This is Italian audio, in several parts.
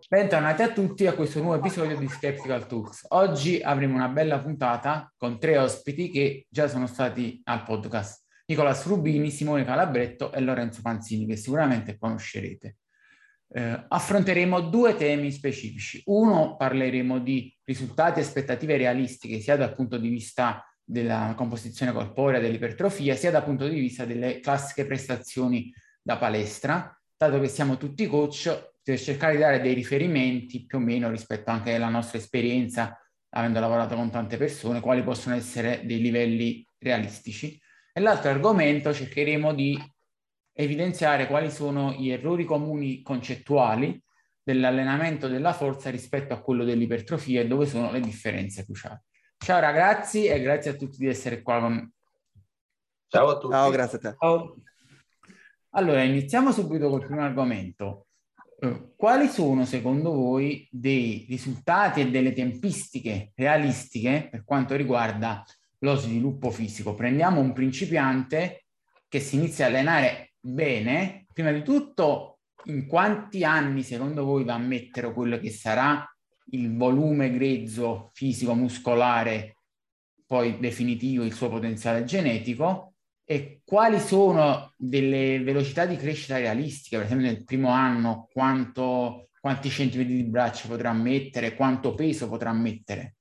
Bentornati a tutti a questo nuovo episodio di Skeptical Talks. Oggi avremo una bella puntata con tre ospiti che già sono stati al podcast: Nicolas Rubini, Simone Calabretto e Lorenzo Panzini, che sicuramente conoscerete. Affronteremo due temi specifici. Uno, parleremo di risultati e aspettative realistiche sia dal punto di vista della composizione corporea, dell'ipertrofia, sia dal punto di vista delle classiche prestazioni da palestra, dato che siamo tutti coach, per cercare di dare dei riferimenti più o meno rispetto anche alla nostra esperienza, avendo lavorato con tante persone, quali possono essere dei livelli realistici. E l'altro argomento cercheremo di evidenziare quali sono gli errori comuni concettuali dell'allenamento della forza rispetto a quello dell'ipertrofia e dove sono le differenze cruciali. Ciao ragazzi e grazie a tutti di essere qua con me. Ciao a tutti. Ciao, grazie a te. Ciao. Allora, iniziamo subito col primo argomento. Quali sono secondo voi dei risultati e delle tempistiche realistiche per quanto riguarda lo sviluppo fisico? Prendiamo un principiante che si inizia a allenare bene. Prima di tutto, in quanti anni secondo voi va a mettere quello che sarà il volume grezzo fisico muscolare poi definitivo, il suo potenziale genetico? E quali sono delle velocità di crescita realistiche? Per esempio nel primo anno quanti centimetri di braccia potrà mettere, quanto peso potrà mettere?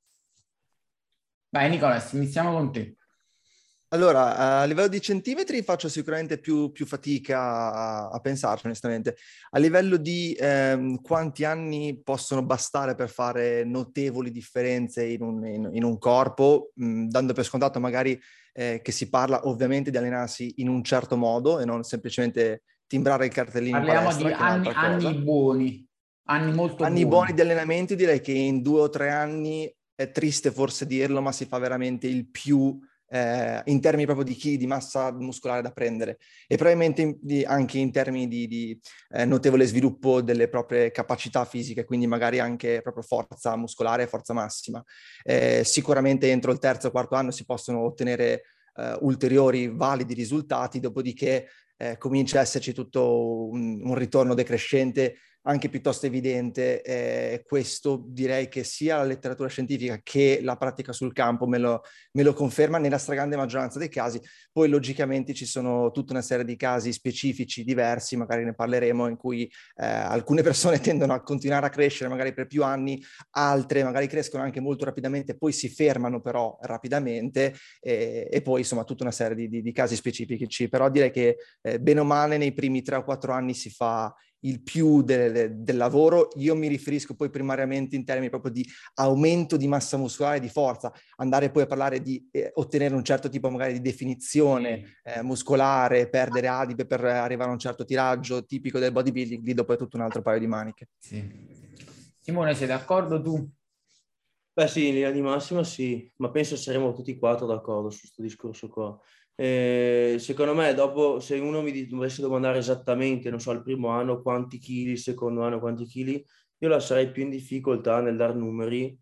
Vai Nicolas, iniziamo con te. Allora, a livello di centimetri faccio sicuramente più fatica a pensarci, onestamente. A livello di quanti anni possono bastare per fare notevoli differenze in un corpo, dando per scontato magari che si parla ovviamente di allenarsi in un certo modo e non semplicemente timbrare il cartellino in Parliamo palestra, di che è un'altra cosa. anni buoni, anni molto Anni buoni buoni. di allenamento, direi che in 2 o 3 anni, è triste forse dirlo, ma si fa veramente il più in termini proprio di chili di massa muscolare da prendere e probabilmente anche in termini di notevole sviluppo delle proprie capacità fisiche, quindi magari anche proprio forza muscolare e forza massima. Sicuramente entro il terzo o quarto anno si possono ottenere ulteriori validi risultati, dopodiché comincia a esserci tutto un ritorno decrescente anche piuttosto evidente. Questo direi che sia la letteratura scientifica che la pratica sul campo me lo conferma nella stragrande maggioranza dei casi. Poi logicamente ci sono tutta una serie di casi specifici diversi, magari ne parleremo, in cui alcune persone tendono a continuare a crescere magari per più anni, altre magari crescono anche molto rapidamente, poi si fermano però rapidamente e poi insomma tutta una serie di casi specifici. Però direi che bene o male nei primi 3 o 4 anni si fa il più del lavoro. Io mi riferisco poi primariamente in termini proprio di aumento di massa muscolare e di forza, andare poi a parlare di ottenere un certo tipo magari di definizione muscolare, perdere adipe per arrivare a un certo tiraggio tipico del bodybuilding, lì dopo è tutto un altro paio di maniche. Sì. Simone, sei d'accordo tu? Beh sì, in linea di massima sì, ma penso saremo tutti e quattro d'accordo su questo discorso qua. Secondo me dopo, se uno dovesse domandare esattamente, non so, il primo anno quanti chili, il secondo anno quanti chili, io la sarei più in difficoltà nel dar numeri,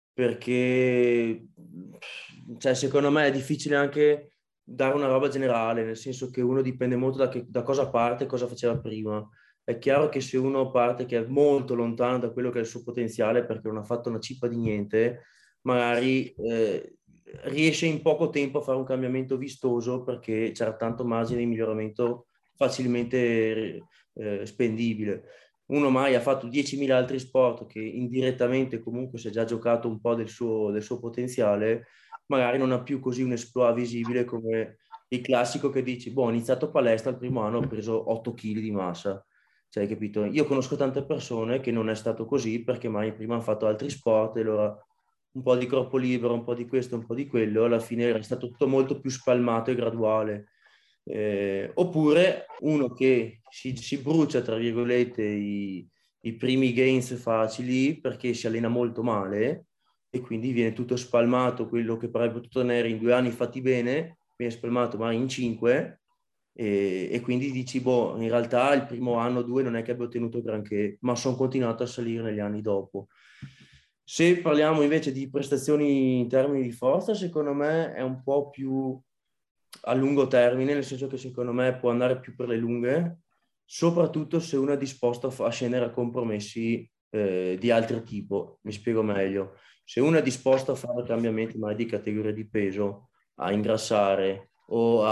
perché cioè, secondo me è difficile anche dare una roba generale, nel senso che uno dipende molto da cosa parte e cosa faceva prima. È chiaro che se uno parte che è molto lontano da quello che è il suo potenziale perché non ha fatto una cippa di niente, magari riesce in poco tempo a fare un cambiamento vistoso perché c'era tanto margine di miglioramento facilmente spendibile. Uno mai ha fatto 10.000 altri sport che indirettamente comunque si è già giocato un po' del suo potenziale, magari non ha più così un exploit visibile come il classico che dici, boh, ho iniziato palestra il primo anno, ho preso 8 kg di massa. Cioè, capito? Io conosco tante persone che non è stato così perché mai prima hanno fatto altri sport e allora un po' di corpo libero, un po' di questo, un po' di quello, alla fine era stato tutto molto più spalmato e graduale. Oppure uno che si brucia, tra virgolette, i primi gains facili perché si allena molto male e quindi viene tutto spalmato, quello che avrebbe potuto tenere in 2 anni fatti bene, viene spalmato magari in 5 e quindi dici, boh, in realtà il primo anno o 2 non è che abbia ottenuto granché, ma sono continuato a salire negli anni dopo. Se parliamo invece di prestazioni in termini di forza, secondo me è un po' più a lungo termine, nel senso che secondo me può andare più per le lunghe, soprattutto se uno è disposto a scendere a compromessi di altro tipo. Mi spiego meglio. Se uno è disposto a fare cambiamenti magari di categoria di peso, a ingrassare o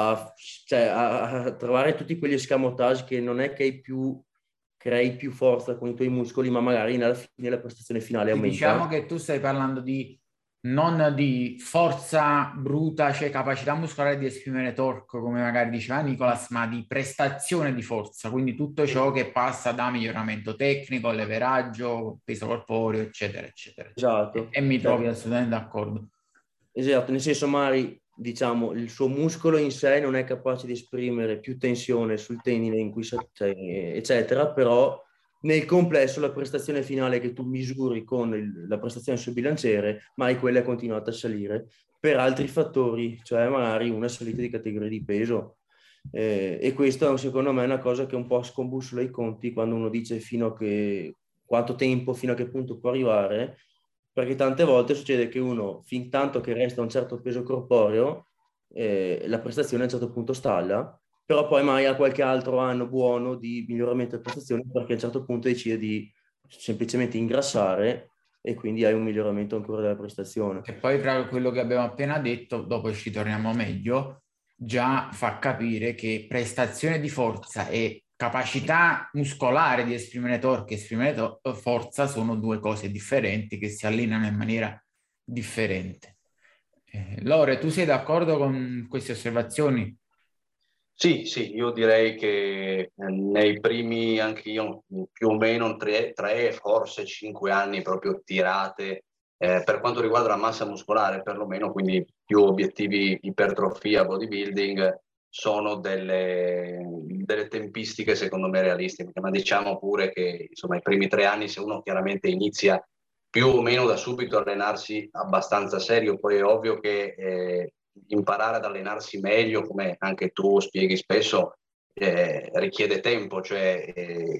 a trovare tutti quegli escamotage che non è che crei più forza con i tuoi muscoli, ma magari alla fine la prestazione finale aumenta. Diciamo che tu stai parlando non di forza bruta, cioè capacità muscolare di esprimere torque, come magari diceva Nicolas, ma di prestazione di forza, quindi tutto ciò che passa da miglioramento tecnico, leveraggio, peso corporeo, eccetera, eccetera. Esatto. E mi trovi assolutamente d'accordo. Esatto, nel senso magari, diciamo, il suo muscolo in sé non è capace di esprimere più tensione sul tendine in cui eccetera, però nel complesso la prestazione finale che tu misuri con la prestazione sul bilanciere, mai quella è continuata a salire per altri fattori, cioè magari una salita di categoria di peso. E questo secondo me è una cosa che un po' scombussola i conti quando uno dice quanto tempo, fino a che punto può arrivare, perché tante volte succede che uno, fin tanto che resta a un certo peso corporeo, la prestazione a un certo punto stalla, però poi magari ha qualche altro anno buono di miglioramento delle prestazioni perché a un certo punto decide di semplicemente ingrassare e quindi hai un miglioramento ancora della prestazione. E poi tra quello che abbiamo appena detto, dopo ci torniamo meglio, già fa capire che prestazione di forza e capacità muscolare di esprimere torque e esprimere forza sono due cose differenti che si allenano in maniera differente. Lore, tu sei d'accordo con queste osservazioni? Sì, sì, io direi che nei primi, anche io, più o meno tre, forse 5 anni proprio tirate, per quanto riguarda la massa muscolare perlomeno, quindi più obiettivi ipertrofia, bodybuilding, sono delle tempistiche secondo me realistiche, ma diciamo pure che insomma i primi 3 anni, se uno chiaramente inizia più o meno da subito a allenarsi abbastanza serio, poi è ovvio che imparare ad allenarsi meglio, come anche tu spieghi spesso, richiede tempo, cioè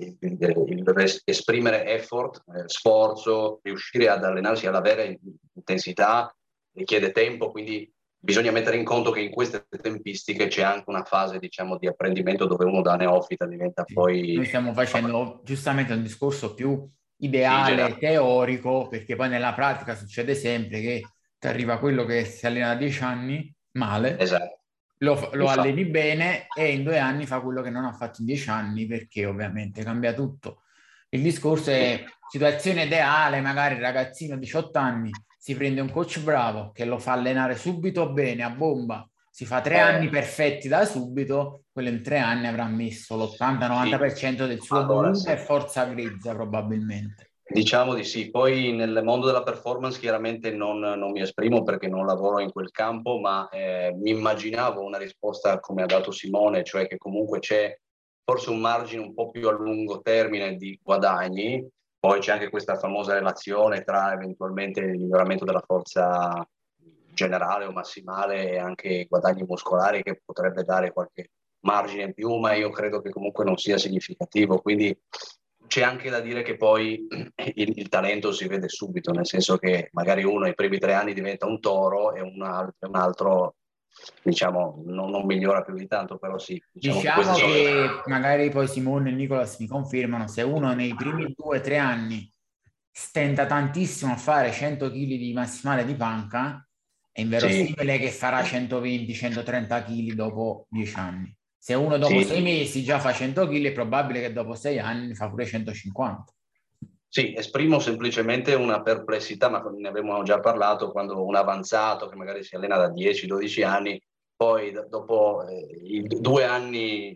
esprimere effort, sforzo, riuscire ad allenarsi alla vera intensità richiede tempo, quindi bisogna mettere in conto che in queste tempistiche c'è anche una fase, diciamo, di apprendimento dove uno da neofita diventa poi... Noi stiamo facendo giustamente un discorso più ideale, generale. teorico, perché poi nella pratica succede sempre che ti arriva quello che si allena da 10 anni male, Esatto. lo alleni bene e in 2 anni fa quello che non ha fatto in 10 anni perché ovviamente cambia tutto. Il discorso è situazione ideale, magari il ragazzino di 18 anni si prende un coach bravo che lo fa allenare subito bene, a bomba, si fa 3 anni perfetti da subito, quello in 3 anni avrà messo l'80-90% del suo Allora, volume sì. e forza grezza probabilmente. Diciamo di sì, poi nel mondo della performance chiaramente non mi esprimo perché non lavoro in quel campo, ma mi immaginavo una risposta come ha dato Simone, cioè che comunque c'è forse un margine un po' più a lungo termine di guadagni, poi c'è anche questa famosa relazione tra eventualmente il miglioramento della forza generale o massimale e anche i guadagni muscolari che potrebbe dare qualche margine in più, ma io credo che comunque non sia significativo, quindi c'è anche da dire che poi il talento si vede subito, nel senso che magari uno ai primi 3 anni diventa un toro e un altro diciamo, non migliora più di tanto, però sì. Diciamo che magari poi Simone e Nicolas mi confermano, se uno nei primi 2 o 3 anni stenta tantissimo a fare 100 kg di massimale di panca, è inverosimile che farà 120-130 kg dopo 10 anni. Se uno dopo 6 mesi già fa 100 kg, è probabile che dopo 6 anni fa pure 150. Sì, esprimo semplicemente una perplessità, ma ne abbiamo già parlato, quando un avanzato che magari si allena da 10-12 anni, poi dopo i 2 anni,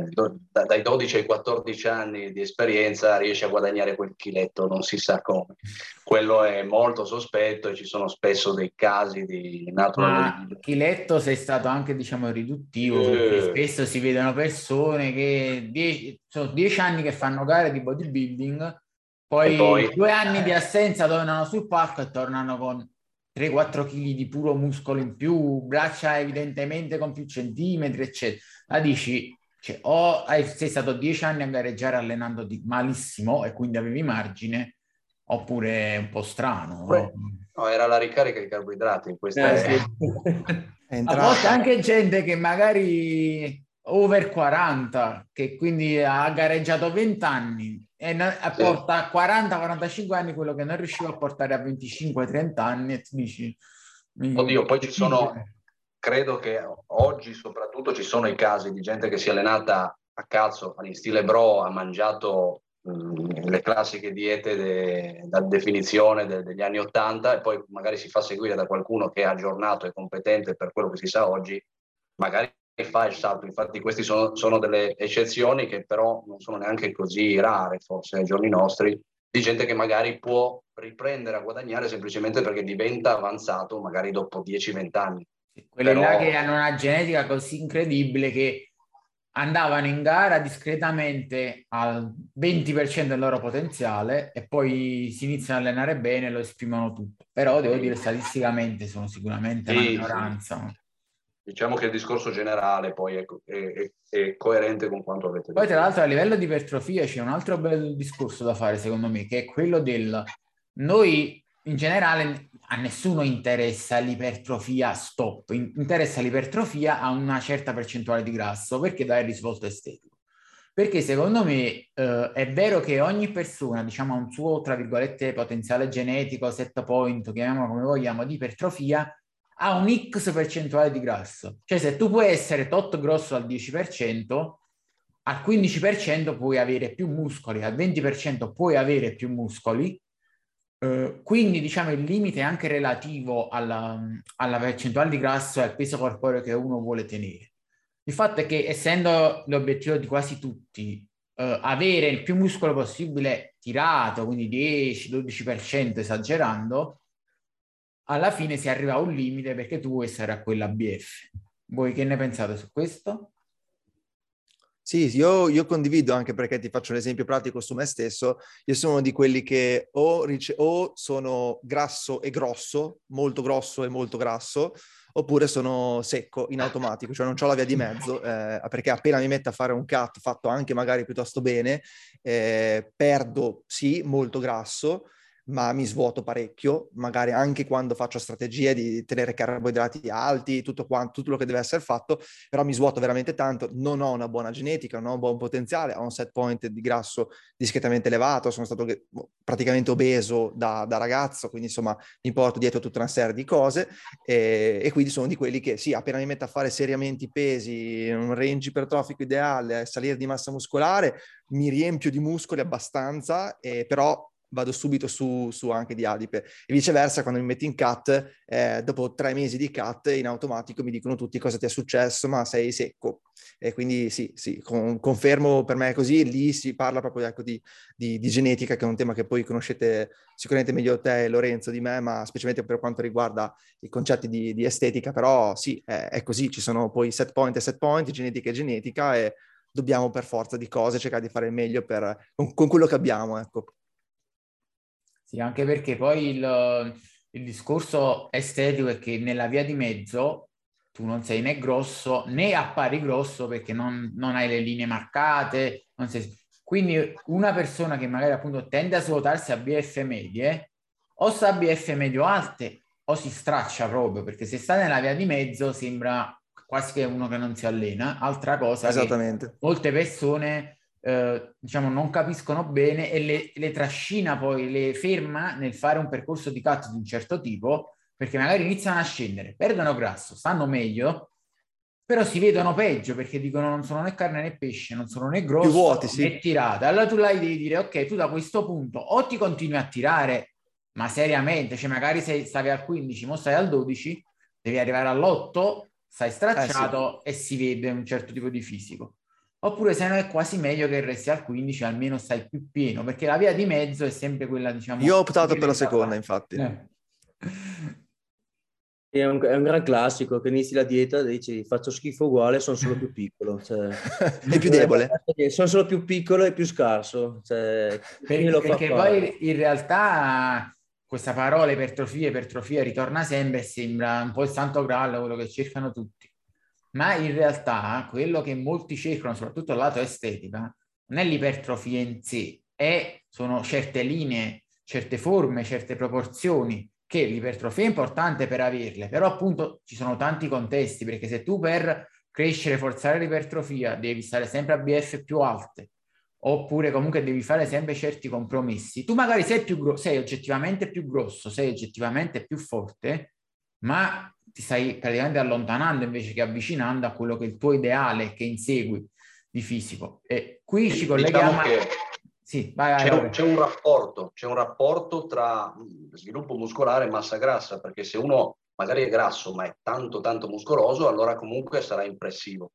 dai 12 ai 14 anni di esperienza, riesce a guadagnare quel chiletto, non si sa come. Quello è molto sospetto e ci sono spesso dei casi di natural Ma bodybuilding. Chiletto sei stato anche, diciamo, riduttivo, perché spesso si vedono persone che sono 10 anni che fanno gare di bodybuilding, poi 2 anni di assenza tornano sul palco e tornano con 3-4 kg di puro muscolo in più, braccia evidentemente con più centimetri, eccetera. La dici, cioè, sei stato 10 anni a gareggiare allenandoti malissimo e quindi avevi margine, oppure è un po' strano, no? No, era la ricarica di carboidrati. Questa è... A volte anche gente che magari over 40, che quindi ha gareggiato 20 anni e porta a 40-45 anni quello che non riusciva a portare a 25-30 anni, e tu dici... Oddio, poi ci sono, credo che oggi soprattutto ci sono i casi di gente che si è allenata a cazzo, in stile bro, ha mangiato le classiche diete da definizione degli anni 80 e poi magari si fa seguire da qualcuno che è aggiornato e competente per quello che si sa oggi, magari fa il salto. Infatti queste sono delle eccezioni che però non sono neanche così rare, forse ai giorni nostri, di gente che magari può riprendere a guadagnare semplicemente perché diventa avanzato magari dopo 10-20 anni. Quelli là che hanno una genetica così incredibile che andavano in gara discretamente al 20% del loro potenziale e poi si iniziano a allenare bene e lo esprimono tutto. Però devo dire, statisticamente sono sicuramente una minoranza. Sì. Diciamo che il discorso generale poi è coerente con quanto avete detto. Poi tra l'altro a livello di ipertrofia c'è un altro bel discorso da fare secondo me, che è quello del... Noi in generale a nessuno interessa l'ipertrofia stop, interessa l'ipertrofia a una certa percentuale di grasso perché dà il risvolto estetico. Perché secondo me è vero che ogni persona, diciamo, ha un suo, tra virgolette, potenziale genetico, set point, chiamiamolo come vogliamo, di ipertrofia, ha un X percentuale di grasso. Cioè se tu puoi essere tot grosso al 10%, al 15% puoi avere più muscoli, al 20% puoi avere più muscoli, quindi diciamo il limite è anche relativo alla percentuale di grasso e al peso corporeo che uno vuole tenere. Il fatto è che essendo l'obiettivo di quasi tutti avere il più muscolo possibile tirato, quindi 10-12% esagerando, alla fine si arriva a un limite perché tu vuoi essere a quella BF. Voi che ne pensate su questo? Sì, io condivido, anche perché ti faccio l'esempio pratico su me stesso. Io sono di quelli che o sono grasso e grosso, molto grosso e molto grasso, oppure sono secco in automatico, cioè non c'ho la via di mezzo, perché appena mi metto a fare un cut fatto anche magari piuttosto bene, perdo sì molto grasso, ma mi svuoto parecchio, magari anche quando faccio strategie di tenere carboidrati alti, tutto quello che deve essere fatto, però mi svuoto veramente tanto, non ho una buona genetica, non ho un buon potenziale, ho un set point di grasso discretamente elevato, sono stato praticamente obeso da ragazzo, quindi insomma mi porto dietro tutta una serie di cose e quindi sono di quelli che sì, appena mi metto a fare seriamente i pesi, un range ipertrofico ideale, salire di massa muscolare, mi riempio di muscoli abbastanza, però vado subito su anche di adipe e viceversa quando mi metto in cut dopo 3 mesi di cut in automatico mi dicono tutti cosa ti è successo, ma sei secco, e quindi sì, confermo, per me è così. Lì si parla proprio ecco, di genetica, che è un tema che poi conoscete sicuramente meglio te, Lorenzo, di me, ma specialmente per quanto riguarda i concetti di estetica, però sì, è così, ci sono poi set point e set point, genetica e genetica, e dobbiamo per forza di cose cercare di fare il meglio con quello che abbiamo, ecco. Sì, anche perché poi il discorso estetico è che nella via di mezzo tu non sei né grosso né appari grosso perché non hai le linee marcate. Quindi una persona che magari appunto tende a svuotarsi a BF medie o sta a BF medio alte o si straccia proprio, perché se sta nella via di mezzo sembra quasi che uno che non si allena. Altra cosa Esattamente. che molte persone diciamo non capiscono bene e le trascina poi, le ferma nel fare un percorso di cut di un certo tipo, perché magari iniziano a scendere, perdono grasso, stanno meglio, però si vedono peggio perché dicono non sono né carne né pesce, non sono né grosso più vuoti, sì. né tirate. Allora tu là devi dire ok, tu da questo punto o ti continui a tirare ma seriamente, cioè magari se stavi al 15, mo stai al 12, devi arrivare all'8, stai stracciato e si vede un certo tipo di fisico. Oppure se no è quasi meglio che resti al 15, almeno stai più pieno, perché la via di mezzo è sempre quella, diciamo... Io ho optato per la seconda, infatti. È un gran classico che inizi la dieta e dici faccio schifo uguale, sono solo più piccolo. Cioè, è più debole. Sono solo più piccolo e più scarso. Cioè, perché poi in realtà questa parola ipertrofia ritorna sempre e sembra un po' il santo graal, quello che cercano tutti. Ma in realtà quello che molti cercano, soprattutto dal lato estetica, non è l'ipertrofia in sé, sono certe linee, certe forme, certe proporzioni, che l'ipertrofia è importante per averle, però appunto ci sono tanti contesti, perché se tu per crescere, forzare l'ipertrofia, devi stare sempre a BF più alte, oppure comunque devi fare sempre certi compromessi. Tu magari sei oggettivamente più grosso, sei oggettivamente più forte, ma ti stai praticamente allontanando invece che avvicinando a quello che è il tuo ideale che insegui di fisico. E qui ci colleghiamo diciamo che sì, vai, c'è un rapporto tra sviluppo muscolare e massa grassa, perché se uno magari è grasso ma è tanto tanto muscoloso, allora comunque sarà impressivo.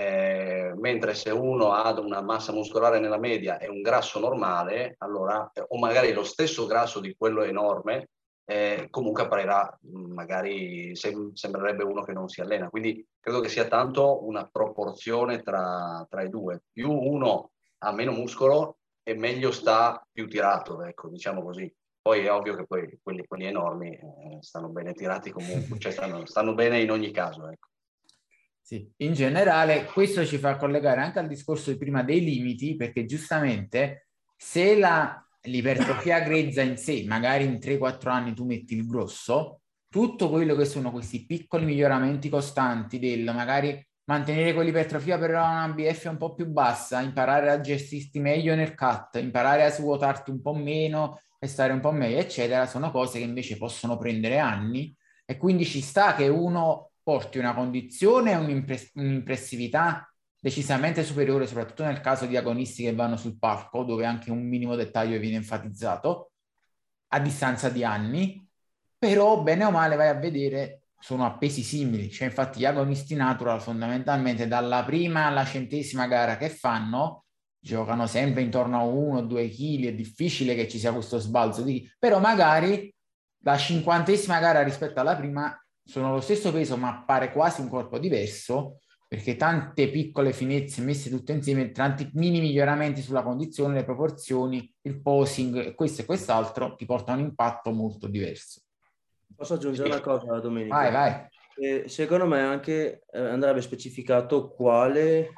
Mentre se uno ha una massa muscolare nella media e un grasso normale, allora, o magari lo stesso grasso di quello enorme, comunque apparirà, magari sembrerebbe uno che non si allena. Quindi credo che sia tanto una proporzione tra i due. Più uno ha meno muscolo e meglio sta più tirato, ecco, diciamo così. Poi è ovvio che poi quelli enormi stanno bene tirati comunque, cioè stanno bene in ogni caso, ecco. Sì, in generale questo ci fa collegare anche al discorso di prima dei limiti, perché giustamente se l'ipertrofia grezza in sé, magari in 3-4 anni tu metti il grosso, tutto quello che sono questi piccoli miglioramenti costanti del magari mantenere quell'ipertrofia però a una BF un po' più bassa, imparare a gestirti meglio nel cut, imparare a svuotarti un po' meno e stare un po' meglio, eccetera, sono cose che invece possono prendere anni e quindi ci sta che uno porti una condizione e un'impressività decisamente superiore, soprattutto nel caso di agonisti che vanno sul palco, dove anche un minimo dettaglio viene enfatizzato a distanza di anni, però bene o male vai a vedere sono a pesi simili, cioè infatti gli agonisti natural fondamentalmente dalla prima alla 100ª gara che fanno giocano sempre intorno a 1-2 kg, è difficile che ci sia questo sbalzo però magari la 50ª gara rispetto alla prima sono lo stesso peso ma appare quasi un corpo diverso perché tante piccole finezze messe tutte insieme, tanti mini miglioramenti sulla condizione, le proporzioni, il posing, questo e quest'altro ti porta a un impatto molto diverso. Posso aggiungere una cosa, Domenico? Vai. Secondo me anche andrebbe specificato quale,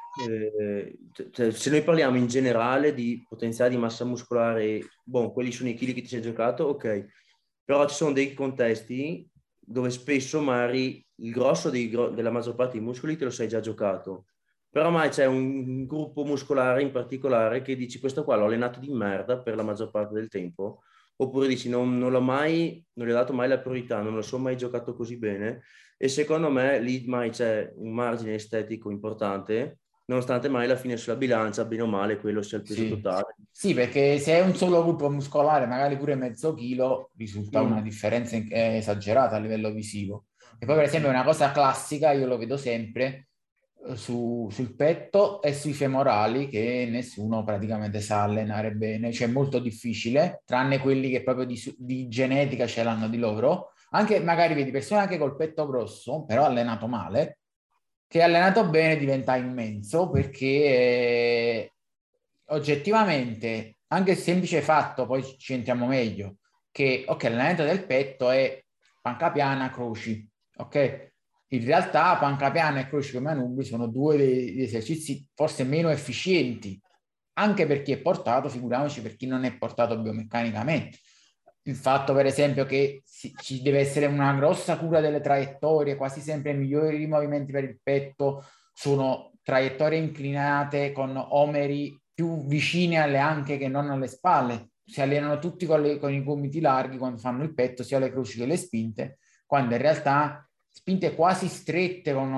se noi parliamo in generale di potenziale di massa muscolare, quelli sono i chili che ti sei giocato, ok, però ci sono dei contesti dove spesso magari il grosso della maggior parte dei muscoli te lo sei già giocato, però mai c'è un gruppo muscolare in particolare che dici questo qua l'ho allenato di merda per la maggior parte del tempo, oppure dici non gli ho dato mai la priorità, non lo so mai giocato così bene, e secondo me lì mai c'è un margine estetico importante, nonostante mai alla fine sulla bilancia, bene o male, quello sia il peso totale. Sì, perché se è un solo gruppo muscolare, magari pure mezzo chilo, risulta una differenza esagerata a livello visivo. E poi per esempio una cosa classica, io lo vedo sempre, sul petto e sui femorali che nessuno praticamente sa allenare bene, cioè è molto difficile, tranne quelli che proprio di genetica ce l'hanno di loro. Anche magari vedi persone anche col petto grosso, però allenato male, che allenato bene diventa immenso perché oggettivamente anche il semplice fatto, poi ci entriamo meglio, che ok, l'allenamento del petto è panca piana, croci, ok? In realtà panca piana e croci come manubri sono due degli esercizi forse meno efficienti, anche per chi è portato, figuriamoci per chi non è portato biomeccanicamente. Il fatto per esempio che ci deve essere una grossa cura delle traiettorie, quasi sempre i migliori movimenti per il petto sono traiettorie inclinate con omeri più vicine alle anche che non alle spalle. Si allenano tutti con i gomiti larghi quando fanno il petto, sia le croci che le spinte, quando in realtà spinte quasi strette con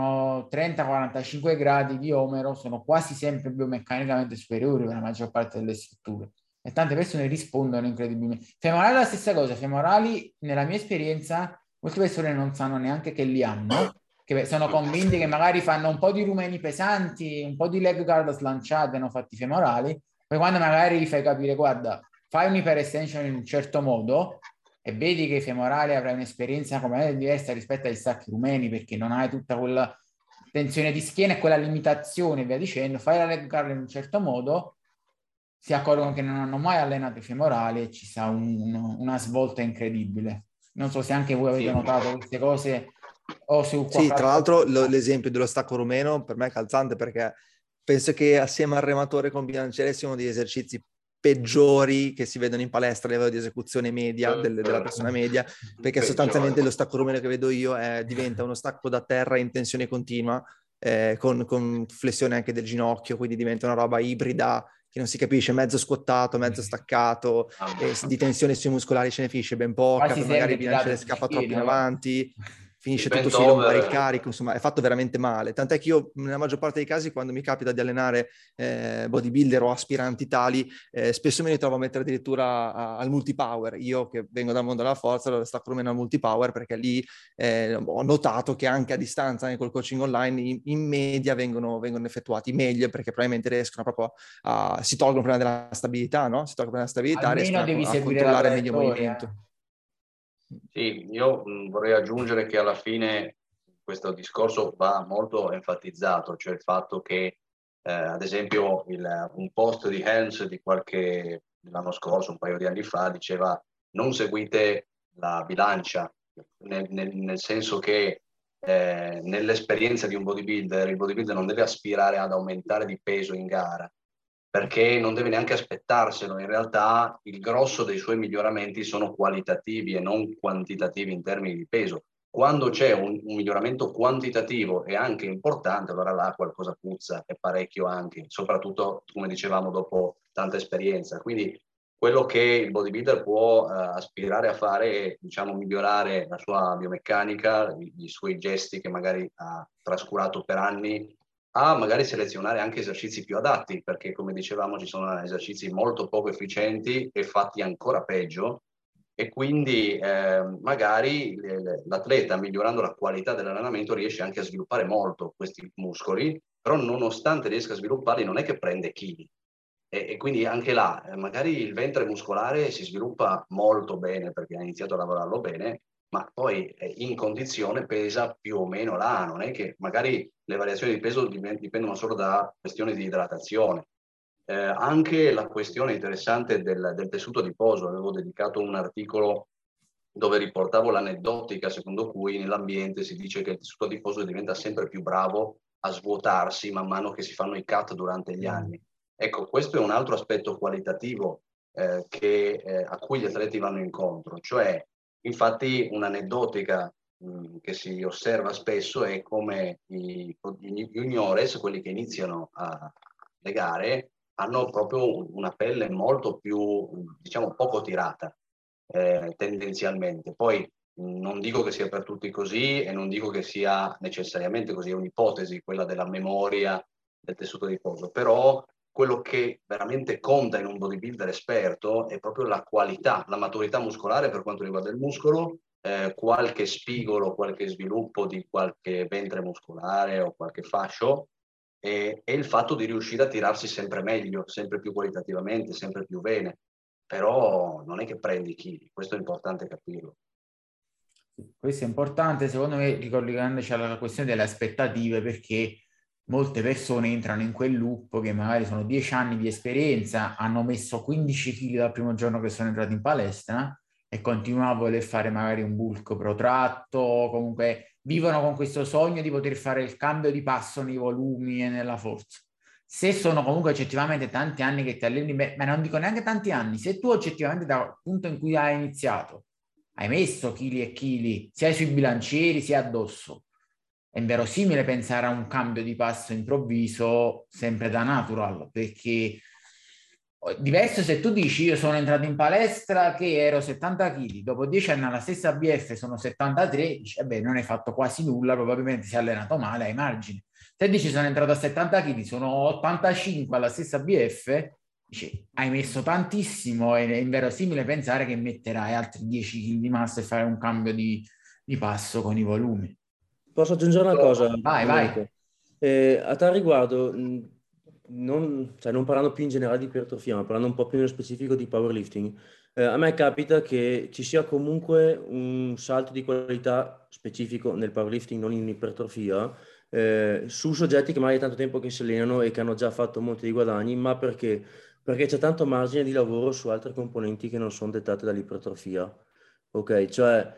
30-45 gradi di omero sono quasi sempre biomeccanicamente superiori per la maggior parte delle strutture. E tante persone rispondono incredibilmente. Femorali è la stessa cosa. Femorali, nella mia esperienza, molte persone non sanno neanche che li hanno, che sono convinti che magari fanno un po' di rumeni pesanti, un po' di leg guard slanciate, hanno fatti femorali, poi quando magari gli fai capire, guarda, fai un hyper extension in un certo modo e vedi che i femorali avrai un'esperienza completamente diversa rispetto agli stacchi rumeni, perché non hai tutta quella tensione di schiena e quella limitazione, via dicendo, fai la leg guard in un certo modo, si accorgono che non hanno mai allenato i femorali e ci sta una svolta incredibile. Non so se anche voi avete notato queste cose o su Sì, tra l'altro l'esempio dello stacco rumeno per me è calzante perché penso che assieme al rematore con bilanciere sia uno degli esercizi peggiori che si vedono in palestra a livello di esecuzione media della persona media, perché sostanzialmente lo stacco rumeno che vedo io diventa uno stacco da terra in tensione continua con flessione anche del ginocchio, quindi diventa una roba ibrida che non si capisce, mezzo squattato, mezzo staccato, e di tensione sui muscolari ce ne finisce ben poca, Quasi poi magari serve il bilanciere tirato sul scappa troppo in schiena, no? avanti, finisce Il tutto bent sui lombari il over. carico, insomma è fatto veramente male. Tant'è che io nella maggior parte dei casi, quando mi capita di allenare bodybuilder o aspiranti tali, spesso mi ritrovo a mettere addirittura al multipower. Io che vengo dal mondo della forza, lo stacco meno al multipower, perché lì ho notato che anche a distanza, anche col coaching online, in media vengono effettuati meglio, perché probabilmente riescono proprio si tolgono prima della stabilità, no? Si tolgono prima della stabilità, Almeno riescono devi a seguire la controllare meglio il traiettoria. movimento. Sì, io vorrei aggiungere che alla fine questo discorso va molto enfatizzato, cioè il fatto che, ad esempio, un post di Helms dell'anno scorso, un paio di anni fa, diceva non seguite la bilancia, nel senso che nell'esperienza di un bodybuilder, il bodybuilder non deve aspirare ad aumentare di peso in gara, perché non deve neanche aspettarselo. In realtà il grosso dei suoi miglioramenti sono qualitativi e non quantitativi in termini di peso. Quando c'è un miglioramento quantitativo e anche importante, allora là qualcosa puzza, e parecchio anche, soprattutto, come dicevamo, dopo tanta esperienza. Quindi quello che il bodybuilder può aspirare a fare è, diciamo, migliorare la sua biomeccanica, i suoi gesti che magari ha trascurato per anni, a magari selezionare anche esercizi più adatti, perché come dicevamo ci sono esercizi molto poco efficienti e fatti ancora peggio, e quindi magari l'atleta, migliorando la qualità dell'allenamento, riesce anche a sviluppare molto questi muscoli, però nonostante riesca a svilupparli non è che prende chili. E quindi anche là, magari il ventre muscolare si sviluppa molto bene perché ha iniziato a lavorarlo bene, ma poi in condizione pesa più o meno là, non è che magari le variazioni di peso dipendono solo da questioni di idratazione. Anche la questione interessante del tessuto adiposo, avevo dedicato un articolo dove riportavo l'aneddotica secondo cui nell'ambiente si dice che il tessuto adiposo diventa sempre più bravo a svuotarsi man mano che si fanno i cut durante gli anni. Ecco, questo è un altro aspetto qualitativo a cui gli atleti vanno incontro, cioè infatti un'aneddotica che si osserva spesso è come i juniores, quelli che iniziano le gare, hanno proprio una pelle molto più, diciamo, poco tirata tendenzialmente. Poi non dico che sia per tutti così e non dico che sia necessariamente così, è un'ipotesi quella della memoria del tessuto adiposo, però quello che veramente conta in un bodybuilder esperto è proprio la qualità, la maturità muscolare per quanto riguarda il muscolo, qualche spigolo, qualche sviluppo di qualche ventre muscolare o qualche fascio, e il fatto di riuscire a tirarsi sempre meglio, sempre più qualitativamente, sempre più bene. Però non è che prendi chili, questo è importante capirlo. Questo è importante, secondo me, ricollegandoci alla questione delle aspettative, perché molte persone entrano in quel loop che magari sono 10 anni di esperienza, hanno messo 15 kg dal primo giorno che sono entrati in palestra e continuano a voler fare magari un bulk protratto, comunque vivono con questo sogno di poter fare il cambio di passo nei volumi e nella forza. Se sono comunque oggettivamente tanti anni che ti alleni, ma non dico neanche tanti anni, se tu oggettivamente dal punto in cui hai iniziato hai messo chili e chili sia sui bilancieri sia addosso, è inverosimile pensare a un cambio di passo improvviso sempre da natural, perché diverso se tu dici io sono entrato in palestra che ero 70 kg, dopo 10 anni alla stessa BF sono 73, dici, beh, non hai fatto quasi nulla, probabilmente si è allenato male ai margini. Se dici sono entrato a 70 kg, sono 85 alla stessa BF, dici, hai messo tantissimo, è inverosimile pensare che metterai altri 10 kg di massa e fare un cambio di passo con i volumi. Posso aggiungere una cosa, Vai, Domenico? vai. A tal riguardo, non parlando più in generale di ipertrofia, ma parlando un po' più nello specifico di powerlifting, a me capita che ci sia comunque un salto di qualità specifico nel powerlifting, non in ipertrofia, su soggetti che magari è tanto tempo che si allenano e che hanno già fatto molti dei guadagni, ma perché? Perché c'è tanto margine di lavoro su altre componenti che non sono dettate dall'ipertrofia. Ok, cioè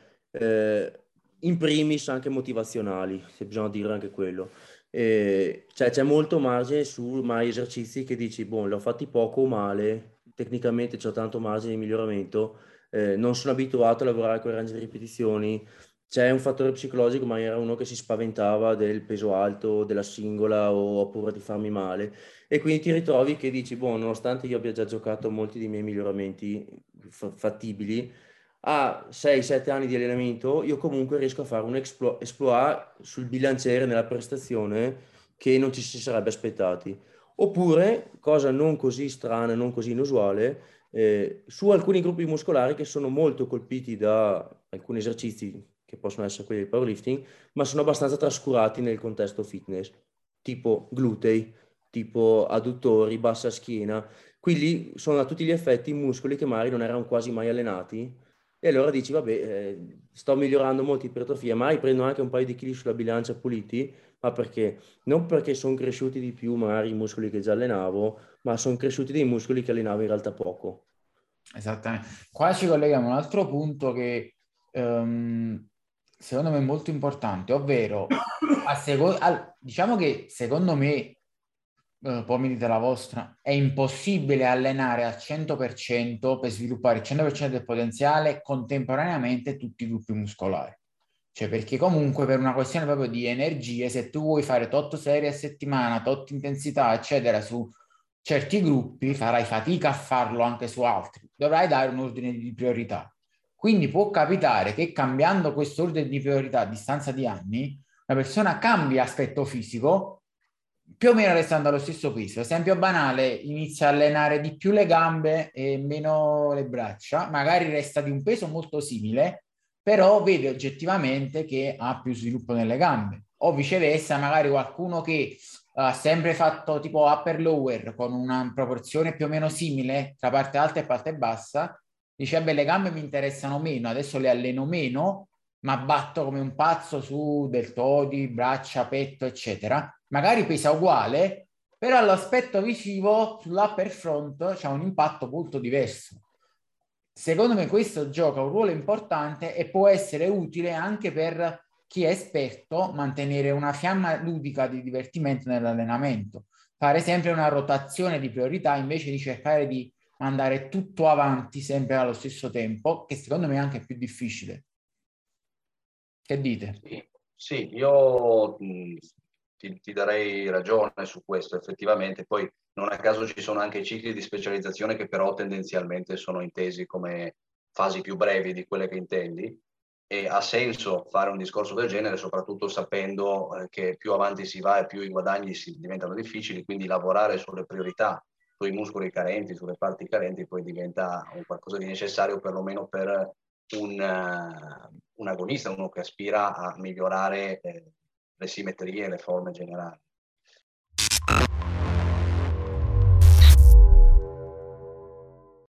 in primis anche motivazionali, se bisogna dire anche quello. Cioè c'è molto margine su mai esercizi che dici, boh, li ho fatti poco o male, tecnicamente c'ho tanto margine di miglioramento, non sono abituato a lavorare con range di ripetizioni, c'è un fattore psicologico, ma era uno che si spaventava del peso alto, della singola o ho paura di farmi male. E quindi ti ritrovi che dici, boh, nonostante io abbia già giocato molti dei miei miglioramenti fattibili, a 6-7 anni di allenamento, io comunque riesco a fare un exploit sul bilanciere nella prestazione che non ci si sarebbe aspettati. Oppure, cosa non così strana, non così inusuale, su alcuni gruppi muscolari che sono molto colpiti da alcuni esercizi che possono essere quelli del powerlifting, ma sono abbastanza trascurati nel contesto fitness, tipo glutei, tipo adduttori, bassa schiena. Quindi sono a tutti gli effetti muscoli che magari non erano quasi mai allenati. E allora dici, vabbè, sto migliorando molto ipertrofia, magari prendo anche un paio di chili sulla bilancia puliti, ma perché? Non perché sono cresciuti di più magari i muscoli che già allenavo, ma sono cresciuti dei muscoli che allenavo in realtà poco. Esattamente. Qua ci colleghiamo a un altro punto che secondo me è molto importante, ovvero diciamo che secondo me, poi mi dite la vostra, è impossibile allenare al 100% per sviluppare il 100% del potenziale contemporaneamente tutti i gruppi muscolari. Cioè, perché comunque per una questione proprio di energie, se tu vuoi fare tot serie a settimana, tot intensità, eccetera, su certi gruppi, farai fatica a farlo anche su altri. Dovrai dare un ordine di priorità. Quindi può capitare che cambiando questo ordine di priorità a distanza di anni, una persona cambia aspetto fisico, più o meno restando allo stesso peso. Esempio banale, inizia a allenare di più le gambe e meno le braccia, magari resta di un peso molto simile, però vede oggettivamente che ha più sviluppo nelle gambe. O viceversa, magari qualcuno che ha sempre fatto tipo upper lower con una proporzione più o meno simile tra parte alta e parte bassa, dice, beh, le gambe mi interessano meno, adesso le alleno meno, ma batto come un pazzo su deltoidi, braccia, petto, eccetera. Magari pesa uguale, però all'aspetto visivo sull'upper front c'è un impatto molto diverso. Secondo me questo gioca un ruolo importante e può essere utile anche per chi è esperto mantenere una fiamma ludica di divertimento nell'allenamento. Fare sempre una rotazione di priorità invece di cercare di mandare tutto avanti sempre allo stesso tempo, che secondo me è anche più difficile. Che dite? Sì, io ti darei ragione su questo, effettivamente. Poi non a caso ci sono anche i cicli di specializzazione che però tendenzialmente sono intesi come fasi più brevi di quelle che intendi, e ha senso fare un discorso del genere, soprattutto sapendo che più avanti si va e più i guadagni diventano difficili, quindi lavorare sulle priorità, sui muscoli carenti, sulle parti carenti, poi diventa un qualcosa di necessario perlomeno per un agonista, uno che aspira a migliorare le simmetrie e le forme generali.